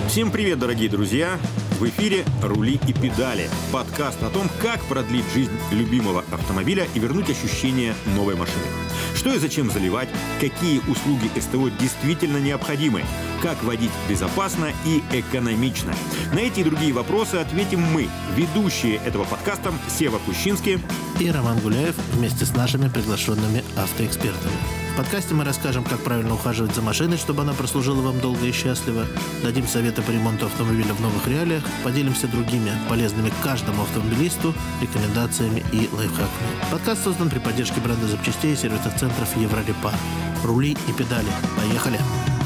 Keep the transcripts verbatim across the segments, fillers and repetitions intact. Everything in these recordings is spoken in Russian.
Всем привет, дорогие друзья! В эфире «Рули и педали» – подкаст о том, как продлить жизнь любимого автомобиля и вернуть ощущение новой машины. Что и зачем заливать, какие услуги СТО действительно необходимы, как водить безопасно и экономично. На эти и другие вопросы ответим мы, ведущие этого подкаста Сева Кущинский и Роман Гуляев вместе с нашими приглашенными автоэкспертами. В подкасте мы расскажем, как правильно ухаживать за машиной, чтобы она прослужила вам долго и счастливо, дадим советы по ремонту автомобиля в новых реалиях, поделимся другими полезными каждому автомобилисту рекомендациями и лайфхаками. Подкаст создан при поддержке бренда запчастей и сервисных центров Еврорепар. Рули и педали. Поехали!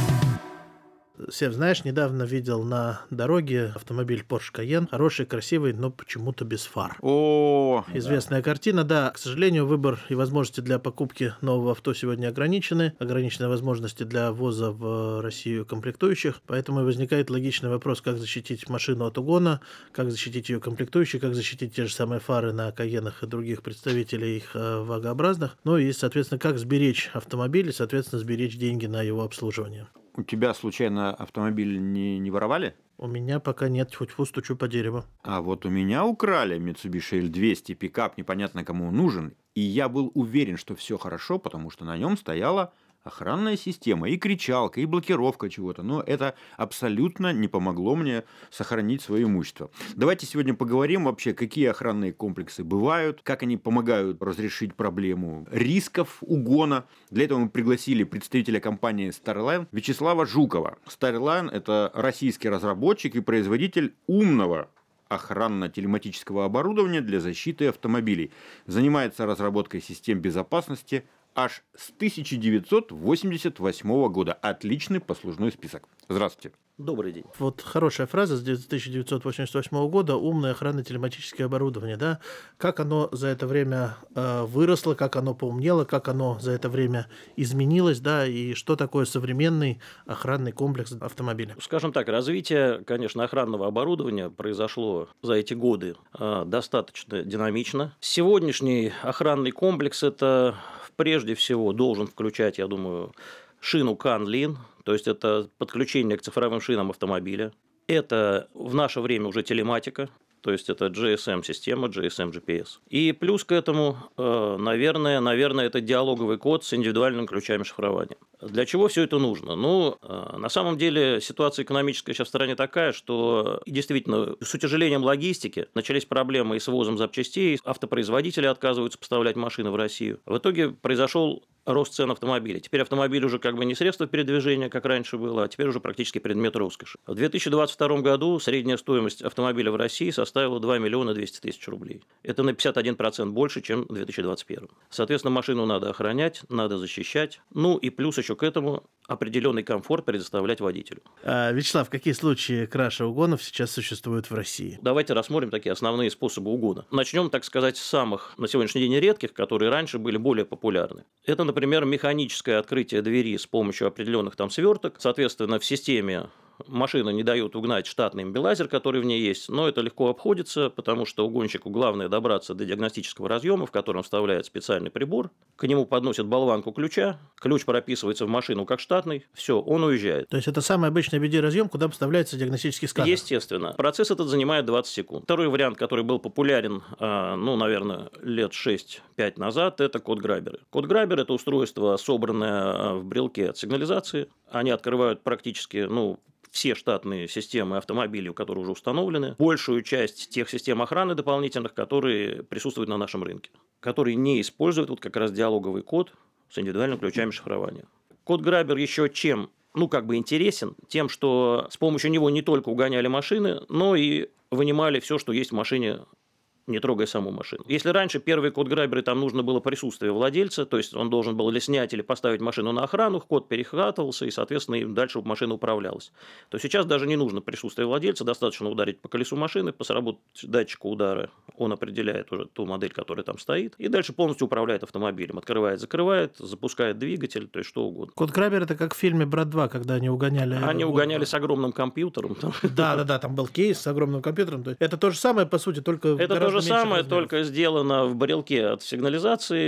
Сев, знаешь, недавно видел на дороге автомобиль Porsche Cayenne. Хороший, красивый, но почему-то без фар. О, Известная да. картина, да. К сожалению, выбор и возможности для покупки нового авто сегодня ограничены. Ограничены возможности для ввоза в Россию комплектующих. Поэтому и возникает логичный вопрос, как защитить машину от угона, как защитить ее комплектующие, как защитить те же самые фары на Каенах и других представителей их вагообразных. Ну и, соответственно, как сберечь автомобиль и, соответственно, сберечь деньги на его обслуживание. У тебя, случайно, автомобиль не, не воровали? У меня пока нет, хоть фу, стучу по дереву. А вот у меня украли Mitsubishi эл двести, пикап, непонятно кому нужен. И я был уверен, что все хорошо, потому что на нем стояла охранная система, и кричалка, и блокировка чего-то. Но это абсолютно не помогло мне сохранить свое имущество. Давайте сегодня поговорим вообще, какие охранные комплексы бывают, как они помогают разрешить проблему рисков угона. Для этого мы пригласили представителя компании Starline Вячеслава Жукова. Starline – это российский разработчик и производитель умного охранно-телематического оборудования для защиты автомобилей. Занимается разработкой систем безопасности аж с тысяча девятьсот восемьдесят восьмого года. Отличный послужной список. Здравствуйте. Добрый день. Вот хорошая фраза с тысяча девятьсот восемьдесят восьмого года. Умное охранно-телематическое оборудование. Да? Как оно за это время э, выросло, как оно поумнело, как оно за это время изменилось, да, и что такое современный охранный комплекс автомобиля? Скажем так, развитие, конечно, охранного оборудования произошло за эти годы э, достаточно динамично. Сегодняшний охранный комплекс – это прежде всего должен включать, я думаю, шину CanLin, то есть это подключение к цифровым шинам автомобиля. Это в наше время уже телематика, то есть это джи эс эм-система, джи эс эм джи пи эс. И плюс к этому, наверное, наверное, это диалоговый код с индивидуальными ключами шифрования. Для чего все это нужно? Ну, на самом деле, ситуация экономическая сейчас в стране такая, что действительно с утяжелением логистики начались проблемы и с ввозом запчастей, автопроизводители отказываются поставлять машины в Россию. В итоге произошел рост цен автомобилей. Теперь автомобиль уже как бы не средство передвижения, как раньше было, а теперь уже практически предмет роскоши. В две тысячи двадцать втором году средняя стоимость автомобиля в России составила два миллиона двести тысяч рублей. Это на пятьдесят один процент больше, чем в две тысячи двадцать первом. Соответственно, машину надо охранять, надо защищать. Ну и плюс еще к этому определенный комфорт предоставлять водителю. А, Вячеслав, какие случаи краша угонов сейчас существуют в России? Давайте рассмотрим такие основные способы угона. Начнем, так сказать, с самых на сегодняшний день редких, которые раньше были более популярны. Это, например, механическое открытие двери с помощью определенных там сверток. Соответственно, в системе машина не дает угнать штатный имбелайзер, который в ней есть, но это легко обходится, потому что угонщику главное добраться до диагностического разъема, в котором вставляет специальный прибор, к нему подносят болванку ключа, ключ прописывается в машину как штатный, все, он уезжает. То есть это самый обычный би ди-разъем, куда вставляется диагностический сканер? Естественно. Процесс этот занимает двадцать секунд. Второй вариант, который был популярен, ну, наверное, лет шесть-пять назад, это код-граберы. Код-грабер – это устройство, собранное в брелке от сигнализации. Они открывают практически, ну, все штатные системы автомобилей, которые уже установлены, большую часть тех систем охраны дополнительных, которые присутствуют на нашем рынке, которые не используют вот как раз диалоговый код с индивидуальными ключами шифрования. Код-грабер еще чем, ну, как бы интересен? Тем, что с помощью него не только угоняли машины, но и вынимали все, что есть в машине, не трогая саму машину. Если раньше первые код-граберы, там нужно было присутствие владельца, то есть он должен был или снять, или поставить машину на охрану, код перехватывался, и, соответственно, и дальше машина управлялась. То сейчас даже не нужно присутствие владельца, достаточно ударить по колесу машины, сработать датчика удара, он определяет уже ту модель, которая там стоит, и дальше полностью управляет автомобилем. Открывает, закрывает, запускает двигатель, то есть что угодно. Код-грабер – это как в фильме «Брат два», когда они угоняли... Они угоняли с огромным компьютером. Да-да-да, там был кейс с огромным компьютером. Это то же самое, по сути, только... Это то же самое, только сделано в брелке от сигнализации.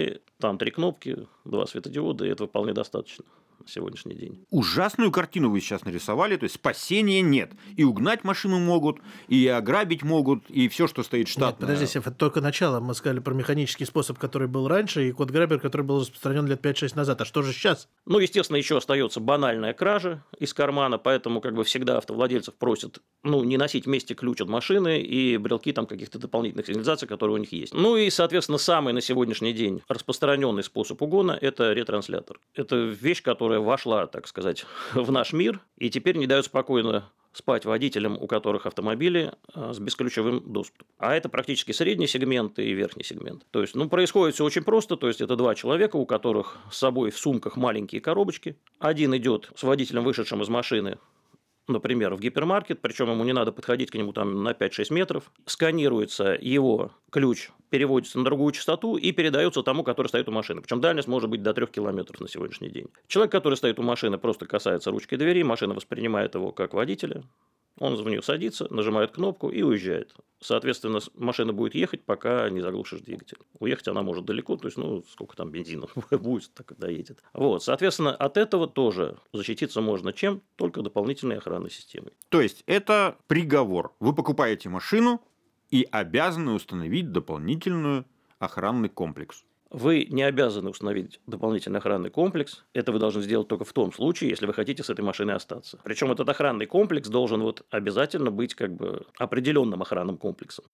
Там три кнопки, два светодиода, и этого вполне достаточно на сегодняшний день. Ужасную картину вы сейчас нарисовали, то есть спасения нет. И угнать машину могут, и ограбить могут, и все, что стоит штатно. Нет, подожди, Сев, это только начало. Мы сказали про механический способ, который был раньше, и код Грабер, который был распространен лет пять-шесть назад. А что же сейчас? Ну, естественно, еще остается банальная кража из кармана, поэтому как бы всегда автовладельцев просят, ну, не носить вместе ключ от машины и брелки там каких-то дополнительных сигнализаций, которые у них есть. Ну и, соответственно, самый на сегодняшний день распространенный способ угона – это ретранслятор. Это вещь, которая вошла, так сказать, в наш мир и теперь не дает спокойно спать водителям, у которых автомобили с бесключевым доступом. А это практически средний сегмент и верхний сегмент. То есть, ну, происходит все очень просто. То есть, это два человека, у которых с собой в сумках маленькие коробочки. Один идет с водителем, вышедшим из машины, например, в гипермаркет, причем ему не надо подходить к нему там на пять-шесть метров, сканируется его ключ, переводится на другую частоту и передается тому, который стоит у машины. Причем дальность может быть до трех километров на сегодняшний день. Человек, который стоит у машины, просто касается ручки двери, машина воспринимает его как водителя, он в нее садится, нажимает кнопку и уезжает. Соответственно, машина будет ехать, пока не заглушишь двигатель. Уехать она может далеко, то есть, ну, сколько там бензина будет, так и доедет. Вот, соответственно, от этого тоже защититься можно чем? Только дополнительной охранной системой. То есть, это приговор. Вы покупаете машину и обязаны установить дополнительный охранный комплекс. Вы не обязаны установить дополнительный охранный комплекс. Это вы должны сделать только в том случае, если вы хотите с этой машиной остаться. Причем этот охранный комплекс должен вот обязательно быть как бы определенным охранным комплексом.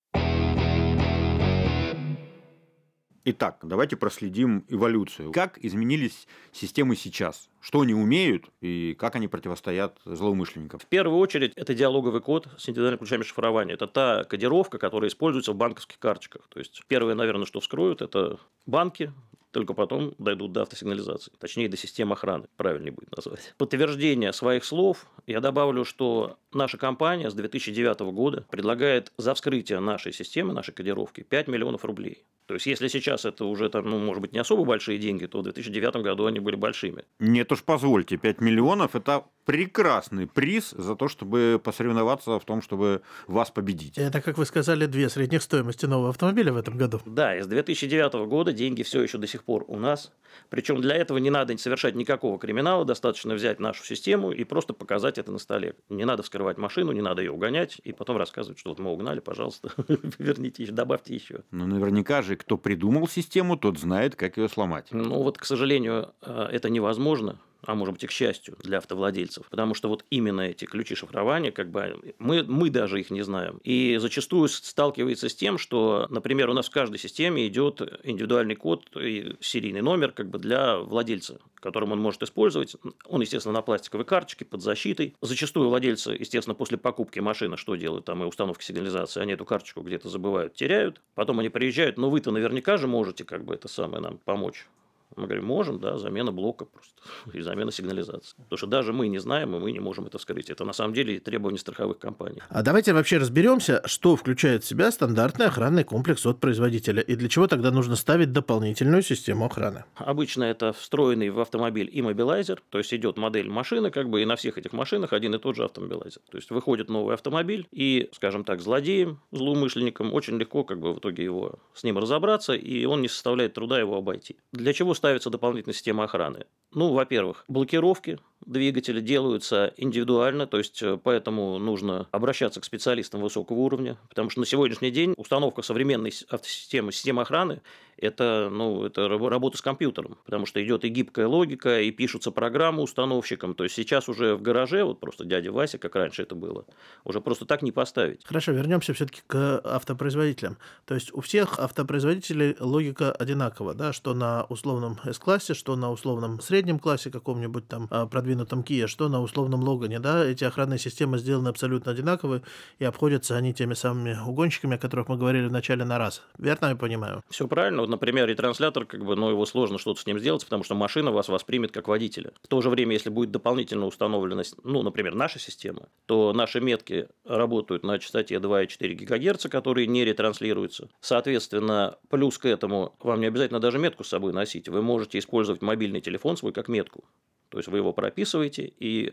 Итак, давайте проследим эволюцию. Как изменились системы сейчас? Что они умеют и как они противостоят злоумышленникам? В первую очередь, это диалоговый код с индивидуальными ключами шифрования. Это та кодировка, которая используется в банковских карточках. То есть, первое, наверное, что вскроют, это банки, только потом дойдут до автосигнализации. Точнее, до системы охраны, правильнее будет назвать. Подтверждение своих слов я добавлю, что наша компания с две тысячи девятого года предлагает за вскрытие нашей системы, нашей кодировки пять миллионов рублей. То есть, если сейчас это уже, там, ну, может быть, не особо большие деньги, то в две тысячи девятом году они были большими. Нет уж, позвольте, пять миллионов – это прекрасный приз за то, чтобы посоревноваться в том, чтобы вас победить. Это, как вы сказали, две средних стоимости нового автомобиля в этом году. Да, и с две тысячи девятого года деньги все еще до сих пор у нас. Причем для этого не надо совершать никакого криминала, достаточно взять нашу систему и просто показать это на столе. Не надо вскрывать машину, не надо ее угонять и потом рассказывать, что вот мы угнали, пожалуйста, верните еще, добавьте еще. Ну, наверняка же, кто придумал систему, тот знает, как ее сломать. Ну, вот, к сожалению, это невозможно. А может быть и к счастью для автовладельцев, потому что вот именно эти ключи шифрования, как бы мы, мы даже их не знаем. И зачастую сталкивается с тем, что, например, у нас в каждой системе идет индивидуальный код и серийный номер как бы для владельца, которым он может использовать. Он, естественно, на пластиковой карточке под защитой. Зачастую владельцы, естественно, после покупки машины что делают там и установки сигнализации, они эту карточку где-то забывают, теряют. Потом они приезжают, но вы-то наверняка же можете как бы это самое нам помочь. Мы говорим, можем, да, замена блока просто и замена сигнализации. Потому что даже мы не знаем, и мы не можем это вскрыть. Это на самом деле требование страховых компаний. А давайте вообще разберемся, что включает в себя стандартный охранный комплекс от производителя и для чего тогда нужно ставить дополнительную систему охраны. Обычно это встроенный в автомобиль иммобилайзер, то есть идет модель машины, как бы, и на всех этих машинах один и тот же автомобилайзер. То есть выходит новый автомобиль, и, скажем так, злодеям, злоумышленникам очень легко как бы в итоге его с ним разобраться, и он не составляет труда его обойти. Для чего ставится дополнительная система охраны? Ну, во-первых, блокировки двигателя делаются индивидуально, то есть поэтому нужно обращаться к специалистам высокого уровня, потому что на сегодняшний день установка современной автосистемы, системы охраны – это, ну, это работа с компьютером, потому что идет и гибкая логика, и пишутся программы установщикам, то есть сейчас уже в гараже, вот просто дядя Вася, как раньше это было, уже просто так не поставить. Хорошо, вернемся все-таки к автопроизводителям. То есть у всех автопроизводителей логика одинакова, да, что на условном S-классе, что на условном среднем классе каком-нибудь там продвинутом Kia, что на условном Логане, да, эти охранные системы сделаны абсолютно одинаковые, и обходятся они теми самыми угонщиками, о которых мы говорили в начале, на раз. Верно я понимаю? Все правильно. Вот, например, ретранслятор, как бы, ну, его сложно что-то с ним сделать, потому что машина вас воспримет как водителя. В то же время, если будет дополнительно установлена, ну, например, наша система, то наши метки работают на частоте два и четыре гигагерца, которые не ретранслируются. Соответственно, плюс к этому вам не обязательно даже метку с собой носить. Вы можете использовать мобильный телефон свой как метку. То есть вы его прописываете, и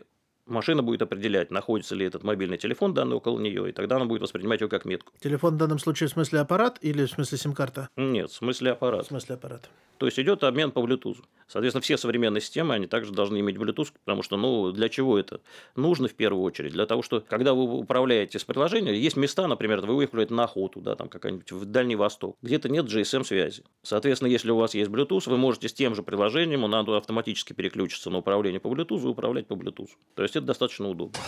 машина будет определять, находится ли этот мобильный телефон данный около нее, и тогда она будет воспринимать его как метку. Телефон в данном случае в смысле аппарат или в смысле сим-карта? Нет, в смысле аппарат. В смысле аппарат. То есть идет обмен по Bluetooth. Соответственно, все современные системы, они также должны иметь Bluetooth, потому что, ну, для чего это нужно в первую очередь? Для того, что, когда вы управляете с приложением, есть места, например, вы уехали на охоту, да, там какая-нибудь в Дальний Восток, где-то нет джи эс эм-связи. Соответственно, если у вас есть Bluetooth, вы можете с тем же приложением, он надо автоматически переключиться на управление по Bluetooth и управлять по Bluetooth. То есть это достаточно удобно.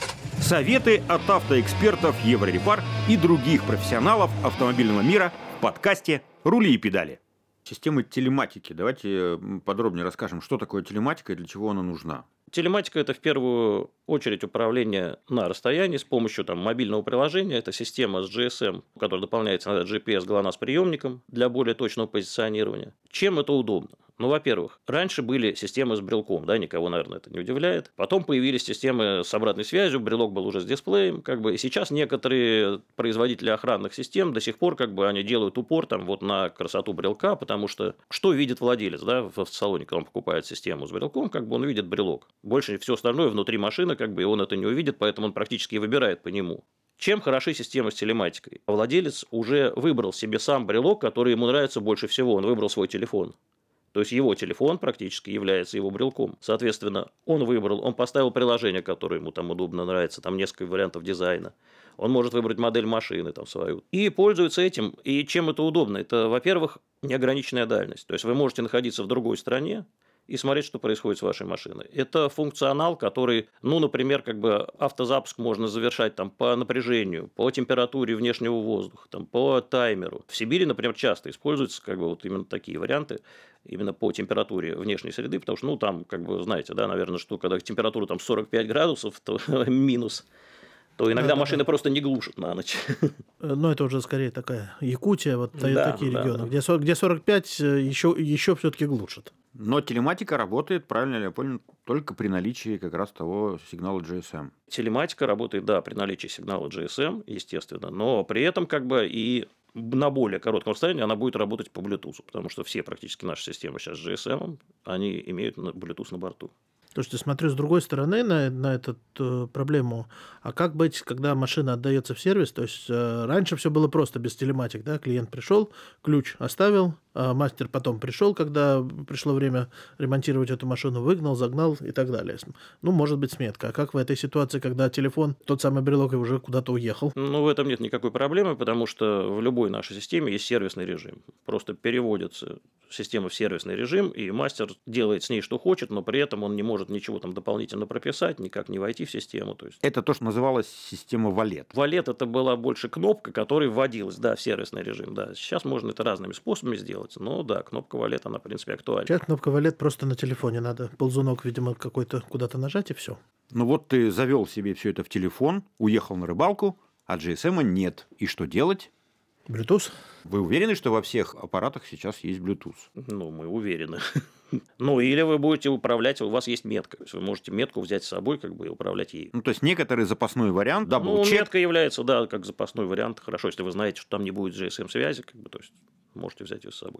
Советы от автоэкспертов Еврорепар и других профессионалов автомобильного мира в подкасте «Рули и педали». Системы телематики. Давайте подробнее расскажем, что такое телематика и для чего она нужна. Телематика – это в первую очередь управление на расстоянии с помощью там, мобильного приложения. Это система с джи эс эм, которая дополняется на джи пи эс ГЛОНАСС-приемником для более точного позиционирования. Чем это удобно? Ну, во-первых, раньше были системы с брелком, да, никого, наверное, это не удивляет. Потом появились системы с обратной связью, брелок был уже с дисплеем, как бы. И сейчас некоторые производители охранных систем до сих пор, как бы, они делают упор там вот на красоту брелка, потому что что видит владелец, да, в салоне, когда он покупает систему с брелком, как бы он видит брелок. Больше все остальное внутри машины, как бы, и он это не увидит, поэтому он практически и выбирает по нему. Чем хороши системы с телематикой? Владелец уже выбрал себе сам брелок, который ему нравится больше всего. Он выбрал свой телефон. То есть его телефон практически является его брелком. Соответственно, он выбрал, он поставил приложение, которое ему там удобно нравится, там несколько вариантов дизайна. Он может выбрать модель машины там свою. И пользуется этим. И чем это удобно? Это, во-первых, неограниченная дальность. То есть вы можете находиться в другой стране и смотреть, что происходит с вашей машиной. Это функционал, который, ну, например, как бы автозапуск можно завершать там, по напряжению, по температуре внешнего воздуха, там, по таймеру. В Сибири, например, часто используются как бы, вот именно такие варианты, именно по температуре внешней среды, потому что, ну, там, как бы, знаете, да, наверное, что когда температура там сорок пять градусов, то минус, то иногда да, машины да. просто не глушат на ночь. Ну, это уже скорее такая Якутия, вот да, такие да, регионы, да. Где, сорок, где сорок пять еще, еще все-таки глушат. Но телематика работает, правильно ли я понял, только при наличии как раз того сигнала джи эс эм. Телематика работает, да, при наличии сигнала джи эс эм, естественно, но при этом как бы и на более коротком расстоянии она будет работать по Bluetooth, потому что все практически наши системы сейчас с джи эс эм, они имеют Bluetooth на борту. Слушайте, смотрю с другой стороны на, на эту э, проблему. А как быть, когда машина отдается в сервис? То есть э, раньше все было просто без телематик, да? Клиент пришел, ключ оставил, а мастер потом пришел, когда пришло время ремонтировать эту машину, выгнал, загнал и так далее. Ну, может быть, сметка. А как в этой ситуации, когда телефон, тот самый брелок уже куда-то уехал? Ну, в этом нет никакой проблемы, потому что в любой нашей системе есть сервисный режим. Просто переводится система в сервисный режим, и мастер делает с ней что хочет, но при этом он не может ничего там дополнительно прописать, никак не войти в систему. То есть... Это то, что называлось система валет. Валет – это была больше кнопка, которая вводилась, да, в сервисный режим. Да. Сейчас можно это разными способами сделать, но да, кнопка валет, она, в принципе, актуальна. Сейчас кнопка валет просто на телефоне надо. Ползунок, видимо, какой-то куда-то нажать, и все. Ну вот ты завел себе все это в телефон, уехал на рыбалку, а джи эс эм нет. И что делать? Bluetooth? Вы уверены, что во всех аппаратах сейчас есть Bluetooth? Ну, мы уверены. Ну, или вы будете управлять, у вас есть метка. То есть вы можете метку взять с собой, как бы, и управлять ей. Ну, то есть некоторый запасной вариант, double Ну, check. метка является, да, как запасной вариант. Хорошо, если вы знаете, что там не будет джи эс эм-связи, как бы, то есть можете взять ее с собой.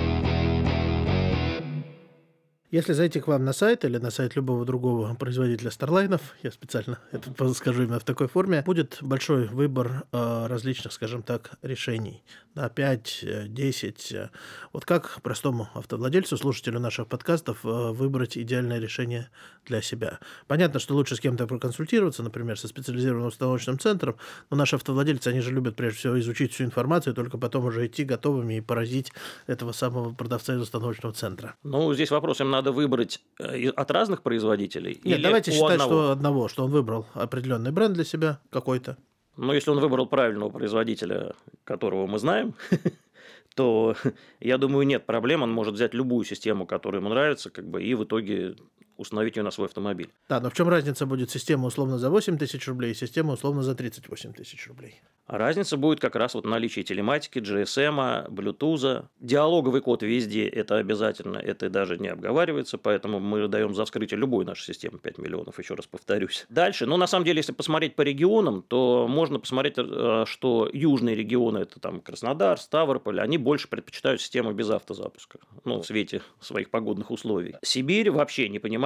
Если зайти к вам на сайт или на сайт любого другого производителя Starline'ов, я специально это скажу именно в такой форме, будет большой выбор э, различных, скажем так, решений. Да, пять, десять. Вот как простому автовладельцу, слушателю наших подкастов э, выбрать идеальное решение для себя? Понятно, что лучше с кем-то проконсультироваться, например, со специализированным установочным центром, но наши автовладельцы, они же любят прежде всего изучить всю информацию, только потом уже идти готовыми и поразить этого самого продавца из установочного центра. Ну, здесь вопрос именно надо выбрать от разных производителей? Нет, или давайте считать, одного? что одного, что он выбрал определенный бренд для себя какой-то. Ну, если он выбрал правильного производителя, которого мы знаем, то, я думаю, нет проблем. Он может взять любую систему, которая ему нравится, как бы, и в итоге установить ее на свой автомобиль. Да, но в чем разница будет система условно за восемь тысяч рублей и система условно за тридцать восемь тысяч рублей? А разница будет как раз вот в наличии телематики, джи эс эм, Bluetooth. Диалоговый код везде – это обязательно, это даже не обговаривается, поэтому мы даем за вскрытие любой нашей системы пять миллионов, еще раз повторюсь. Дальше, ну, на самом деле, если посмотреть по регионам, то можно посмотреть, что южные регионы – это там Краснодар, Ставрополь, они больше предпочитают систему без автозапуска, ну, в свете своих погодных условий. Сибирь вообще не понимает,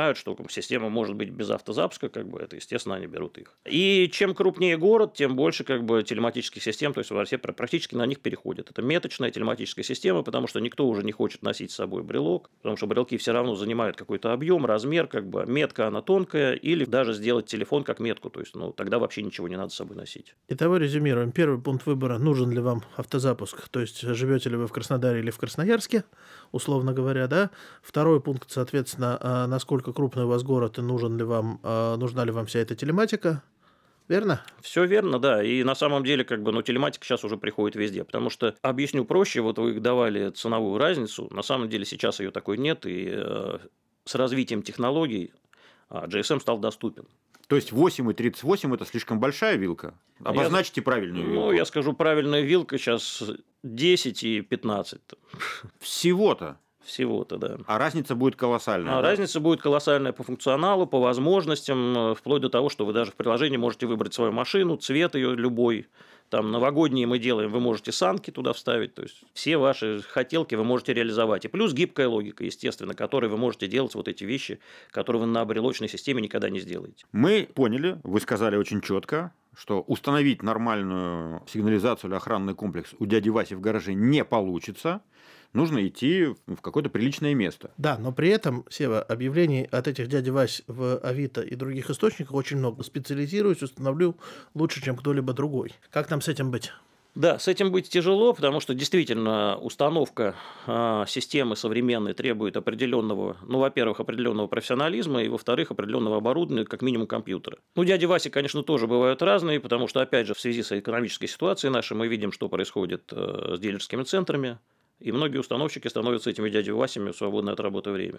понимают, что система может быть без автозапуска, как бы это, естественно, они берут их. И чем крупнее город, тем больше как бы телематических систем, то есть все практически на них переходят. Это меточная телематическая система, потому что никто уже не хочет носить с собой брелок, потому что брелки все равно занимают какой-то объем, размер, как бы метка она тонкая, или даже сделать телефон как метку, то есть ну, тогда вообще ничего не надо с собой носить. Итого резюмируем. Первый пункт выбора: нужен ли вам автозапуск, то есть живете ли вы в Краснодаре или в Красноярске, условно говоря, да. Второй пункт, соответственно, насколько крупный у вас город и нужен ли вам, нужна ли вам вся эта телематика. Верно? Все верно, да. И на самом деле, как бы, ну, телематика сейчас уже приходит везде. Потому что, объясню проще, вот вы давали ценовую разницу. На самом деле сейчас ее такой нет. И э, с развитием технологий джи эс эм стал доступен. То есть восемь и тридцать восемь это слишком большая вилка? Обозначьте я, правильную вилку. Ну, я скажу, правильная вилка сейчас десять и пятнадцать. Всего-то? Всего-то, да. А разница будет колоссальная. А да? Разница будет колоссальная по функционалу, по возможностям, вплоть до того, что вы даже в приложении можете выбрать свою машину, цвет ее любой. Там новогодние мы делаем, вы можете санки туда вставить. То есть все ваши хотелки вы можете реализовать. И плюс гибкая логика, естественно, которой вы можете делать вот эти вещи, которые вы на брелочной системе никогда не сделаете. Мы поняли, вы сказали очень четко, что установить нормальную сигнализацию или охранный комплекс у дяди Васи в гараже не получится. Нужно идти в какое-то приличное место. Да, но при этом, Сева, объявлений от этих дяди Вась в Авито и других источниках очень много. Специализируюсь, установлю лучше, чем кто-либо другой. Как нам с этим быть? Да, с этим быть тяжело, потому что действительно установка э, системы современной требует определенного, ну, во-первых, определенного профессионализма, и, во-вторых, определенного оборудования, как минимум компьютера. Ну, дяди Васи, конечно, тоже бывают разные, потому что, опять же, в связи с экономической ситуацией нашей мы видим, что происходит э, с дилерскими центрами. И многие установщики становятся этими дядями Васями в свободное от работы время.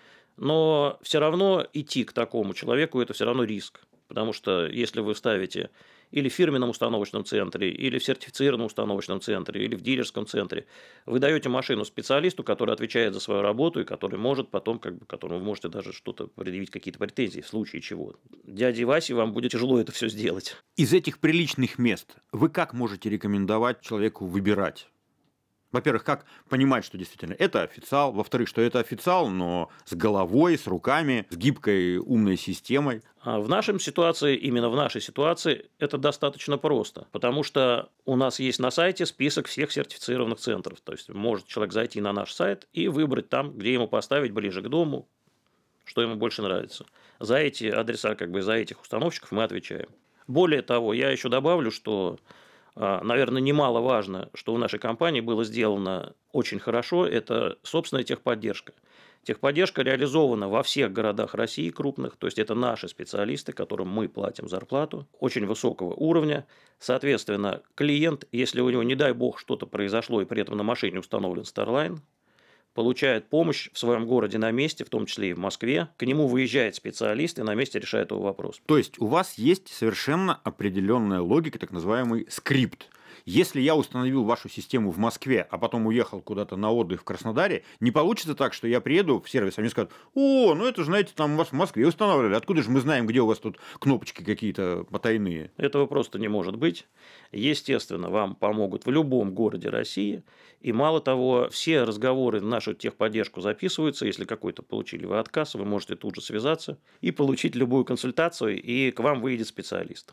Но все равно идти к такому человеку – это все равно риск. Потому что если вы ставите или в фирменном установочном центре, или в сертифицированном установочном центре, или в дилерском центре, вы даете машину специалисту, который отвечает за свою работу и который может потом, как бы, которому вы можете даже что-то предъявить, какие-то претензии в случае чего. Дяде Васе вам будет тяжело это все сделать. Из этих приличных мест вы как можете рекомендовать человеку выбирать? Во-первых, как понимать, что действительно это официал. Во-вторых, что это официал, но с головой, с руками, с гибкой умной системой. В нашей ситуации, именно в нашей ситуации, это достаточно просто. Потому что у нас есть на сайте список всех сертифицированных центров. То есть, может человек зайти на наш сайт и выбрать там, где ему поставить ближе к дому, что ему больше нравится. За эти адреса, как бы за этих установщиков мы отвечаем. Более того, я еще добавлю, что... Наверное, немаловажно, что в нашей компании было сделано очень хорошо, это собственная техподдержка. Техподдержка реализована во всех городах России крупных, то есть это наши специалисты, которым мы платим зарплату, очень высокого уровня. Соответственно, клиент, если у него, не дай бог, что-то произошло и при этом на машине установлен Starline, получает помощь в своем городе на месте, в том числе и в Москве. К нему выезжает специалист и на месте решает его вопрос. То есть у вас есть совершенно определенная логика, так называемый скрипт. Если я установил вашу систему в Москве, а потом уехал куда-то на отдых в Краснодаре, не получится так, что я приеду в сервис, а мне скажут: о, ну это же, знаете, там у вас в Москве устанавливали, откуда же мы знаем, где у вас тут кнопочки какие-то потайные? Этого просто не может быть. Естественно, вам помогут в любом городе России. И мало того, все разговоры в нашу техподдержку записываются. Если какой-то получили вы отказ, вы можете тут же связаться и получить любую консультацию, и к вам выйдет специалист.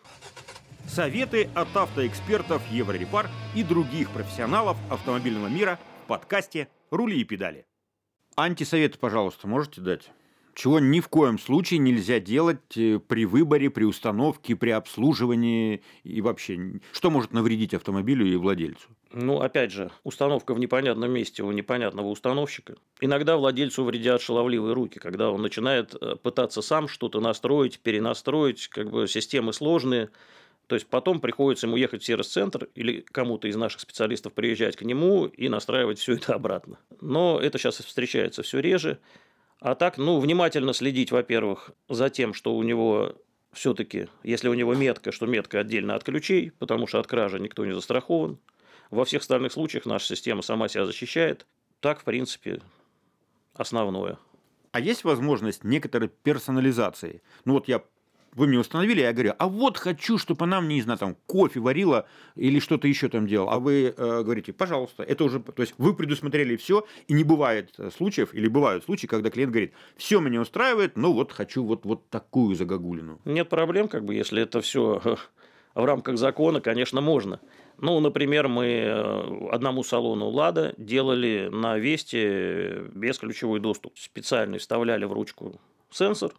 Советы от автоэкспертов Еврорепар и других профессионалов автомобильного мира в подкасте «Рули и педали». Антисоветы, пожалуйста, можете дать? Чего ни в коем случае нельзя делать при выборе, при установке, при обслуживании и вообще, что может навредить автомобилю и владельцу? Ну, опять же, установка в непонятном месте у непонятного установщика. Иногда владельцу вредят шаловливые руки, когда он начинает пытаться сам что-то настроить, перенастроить, как бы системы сложные. То есть потом приходится ему ехать в сервис-центр или кому-то из наших специалистов приезжать к нему и настраивать все это обратно. Но это сейчас встречается все реже. А так, ну, внимательно следить, во-первых, за тем, что у него все-таки, если у него метка, что метка отдельно от ключей, потому что от кражи никто не застрахован. Во всех остальных случаях наша система сама себя защищает. Так, в принципе, основное. А есть возможность некоторой персонализации? Ну вот я вы мне установили, я говорю, а вот хочу, чтобы она мне, не знаю, там, кофе варила или что-то еще там делала. А вы э, говорите, пожалуйста, это уже, то есть вы предусмотрели все, и не бывает случаев, или бывают случаи, когда клиент говорит, все меня устраивает, но вот хочу вот, вот такую загогулину. Нет проблем, как бы, если это все в рамках закона, конечно, можно. Ну, например, мы одному салону «Лада» делали на Весте бесключевой доступ. Специально вставляли в ручку сенсор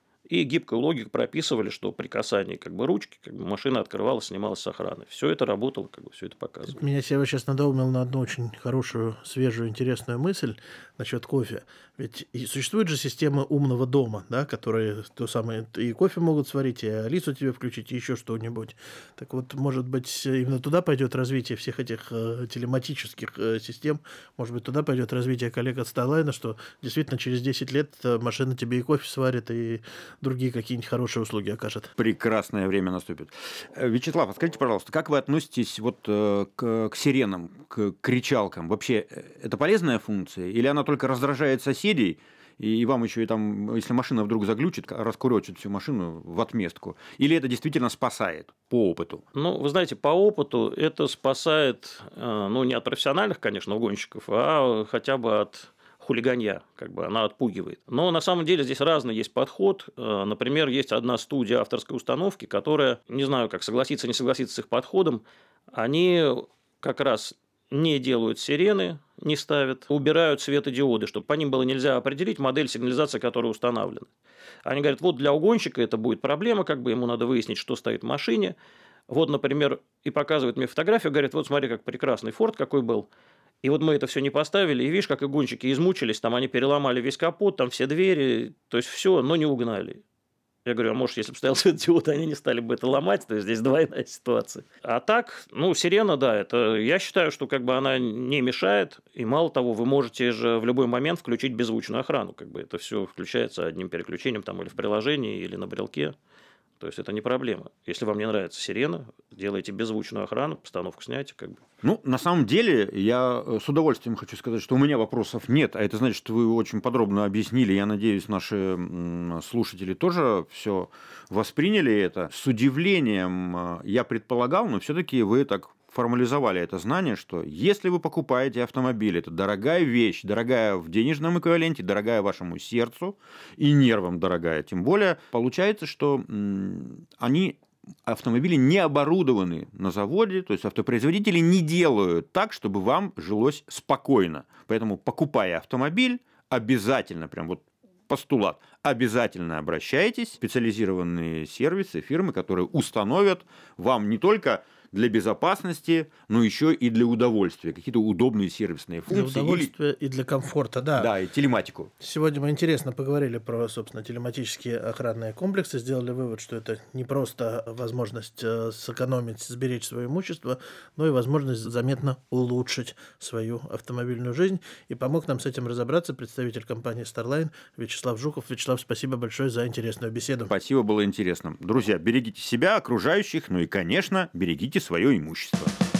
и гибкую логику прописывали, что при касании как бы, ручки как бы, машина открывалась, снималась с охраны. Все это работало, как бы, все это показывало. Меня Сева сейчас надоумил на одну очень хорошую, свежую, интересную мысль насчет кофе. Ведь и существует же система умного дома, да, которые то самое, и кофе могут сварить, и Алису тебе включить, и еще что-нибудь. Так вот, может быть, именно туда пойдет развитие всех этих э, телематических э, систем, может быть, туда пойдет развитие коллег от Starline, что действительно через десять лет машина тебе и кофе сварит, и другие какие-нибудь хорошие услуги окажет. Прекрасное время наступит. Вячеслав, а скажите, пожалуйста, как вы относитесь вот к, к сиренам, к кричалкам? Вообще, это полезная функция? Или она только раздражает соседей, и вам еще и там, если машина вдруг заглючит, раскурочит всю машину в отместку? Или это действительно спасает по опыту? Ну, вы знаете, по опыту это спасает, ну, не от профессиональных, конечно, угонщиков, а хотя бы от хулиганья, как бы она отпугивает. Но на самом деле здесь разный есть подход. Например, есть одна студия авторской установки, которая, не знаю, как согласиться, не согласиться с их подходом, они как раз не делают сирены, не ставят, убирают светодиоды, чтобы по ним было нельзя определить модель сигнализации, которая установлена. Они говорят, вот для угонщика это будет проблема, как бы ему надо выяснить, что стоит в машине. Вот, например, и показывают мне фотографию, говорят, вот смотри, как прекрасный Форд какой был. И вот мы это все не поставили, и видишь, как и гонщики измучились, там они переломали весь капот, там все двери, то есть все, но не угнали. Я говорю, а может, если бы стоял светодиод, они не стали бы это ломать, то есть здесь двойная ситуация. А так, ну, сирена, да, это, я считаю, что как бы она не мешает, и мало того, вы можете же в любой момент включить беззвучную охрану, как бы это все включается одним переключением там или в приложении, или на брелке. То есть это не проблема. Если вам не нравится сирена, делайте беззвучную охрану, постановку сняйте. Как бы. Ну, на самом деле, я с удовольствием хочу сказать, что у меня вопросов нет, а это значит, что вы очень подробно объяснили. Я надеюсь, наши слушатели тоже все восприняли это. С удивлением я предполагал, но все-таки вы так формализовали это знание, что если вы покупаете автомобиль, это дорогая вещь, дорогая в денежном эквиваленте, дорогая вашему сердцу и нервам дорогая, тем более получается, что м- они, автомобили, не оборудованы на заводе, то есть автопроизводители не делают так, чтобы вам жилось спокойно. Поэтому, покупая автомобиль, обязательно, прям вот постулат, обязательно обращайтесь в специализированные сервисы, фирмы, которые установят вам не только для безопасности, но еще и для удовольствия. Какие-то удобные сервисные функции. Для удовольствия или... и для комфорта, да. Да, и телематику. Сегодня мы интересно поговорили про, собственно, телематические охранные комплексы, сделали вывод, что это не просто возможность сэкономить, сберечь свое имущество, но и возможность заметно улучшить свою автомобильную жизнь. И помог нам с этим разобраться представитель компании Starline Вячеслав Жуков. Вячеслав, спасибо большое за интересную беседу. Спасибо, было интересно. Друзья, берегите себя, окружающих, ну и, конечно, берегите свое имущество.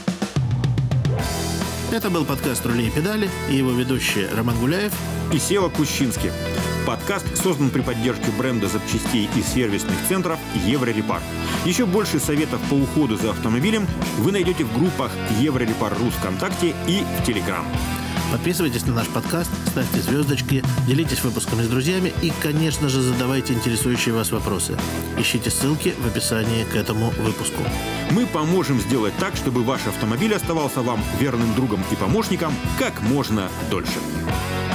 Это был подкаст «Рули и педали» и его ведущие Роман Гуляев и Сева Кущинский. Подкаст создан при поддержке бренда запчастей и сервисных центров «Еврорепар». Еще больше советов по уходу за автомобилем вы найдете в группах «Еврорепар.ру» ВКонтакте и в Телеграм. Подписывайтесь на наш подкаст, ставьте звездочки, делитесь выпусками с друзьями и, конечно же, задавайте интересующие вас вопросы. Ищите ссылки в описании к этому выпуску. Мы поможем сделать так, чтобы ваш автомобиль оставался вам верным другом и помощником как можно дольше.